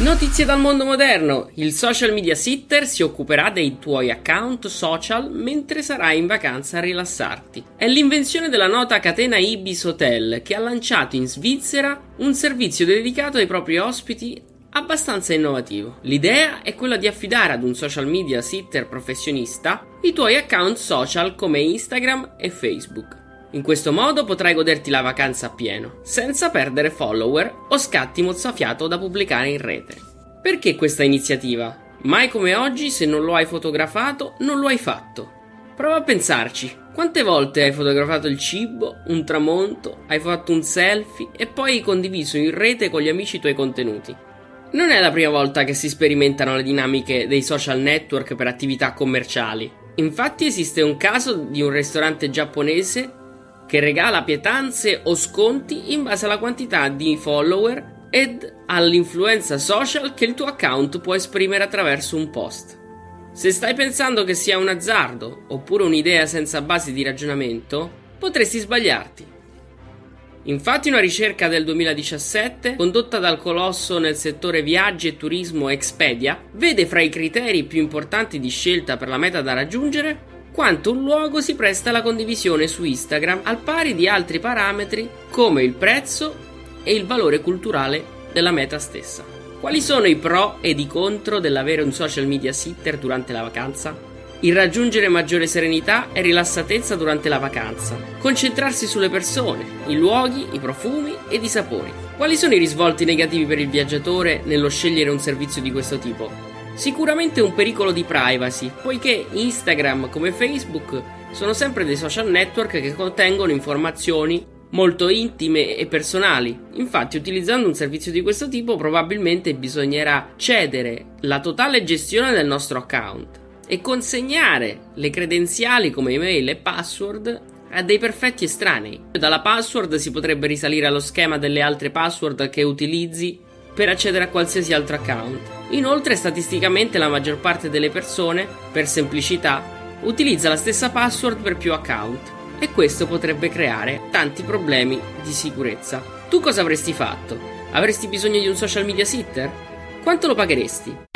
Notizie dal mondo moderno. Il social media sitter si occuperà dei tuoi account social mentre sarai in vacanza a rilassarti. È l'invenzione della nota catena Ibis Hotel che ha lanciato in Svizzera un servizio dedicato ai propri ospiti abbastanza innovativo. L'idea è quella di affidare ad un social media sitter professionista i tuoi account social come Instagram e Facebook. In questo modo potrai goderti la vacanza a pieno, senza perdere follower o scatti mozzafiato da pubblicare in rete. Perché questa iniziativa? Mai come oggi, se non lo hai fotografato, non lo hai fatto. Prova a pensarci. Quante volte hai fotografato il cibo, un tramonto, hai fatto un selfie e poi hai condiviso in rete con gli amici i tuoi contenuti? Non è la prima volta che si sperimentano le dinamiche dei social network per attività commerciali. Infatti esiste un caso di un ristorante giapponese che regala pietanze o sconti in base alla quantità di follower ed all'influenza social che il tuo account può esprimere attraverso un post. Se stai pensando che sia un azzardo oppure un'idea senza base di ragionamento, potresti sbagliarti. Infatti una ricerca del 2017, condotta dal colosso nel settore viaggi e turismo Expedia, vede fra i criteri più importanti di scelta per la meta da raggiungere quanto un luogo si presta alla condivisione su Instagram al pari di altri parametri come il prezzo e il valore culturale della meta stessa. Quali sono i pro ed i contro dell'avere un social media sitter durante la vacanza? Il raggiungere maggiore serenità e rilassatezza durante la vacanza, concentrarsi sulle persone, i luoghi, i profumi ed i sapori. Quali sono i risvolti negativi per il viaggiatore nello scegliere un servizio di questo tipo? Sicuramente un pericolo di privacy, poiché Instagram come Facebook sono sempre dei social network che contengono informazioni molto intime e personali. Infatti, utilizzando un servizio di questo tipo probabilmente bisognerà cedere la totale gestione del nostro account e consegnare le credenziali come email e password a dei perfetti estranei. Dalla password si potrebbe risalire allo schema delle altre password che utilizzi per accedere a qualsiasi altro account. Inoltre, statisticamente la maggior parte delle persone, per semplicità, utilizza la stessa password per più account e questo potrebbe creare tanti problemi di sicurezza. Tu cosa avresti fatto? Avresti bisogno di un social media sitter? Quanto lo pagheresti?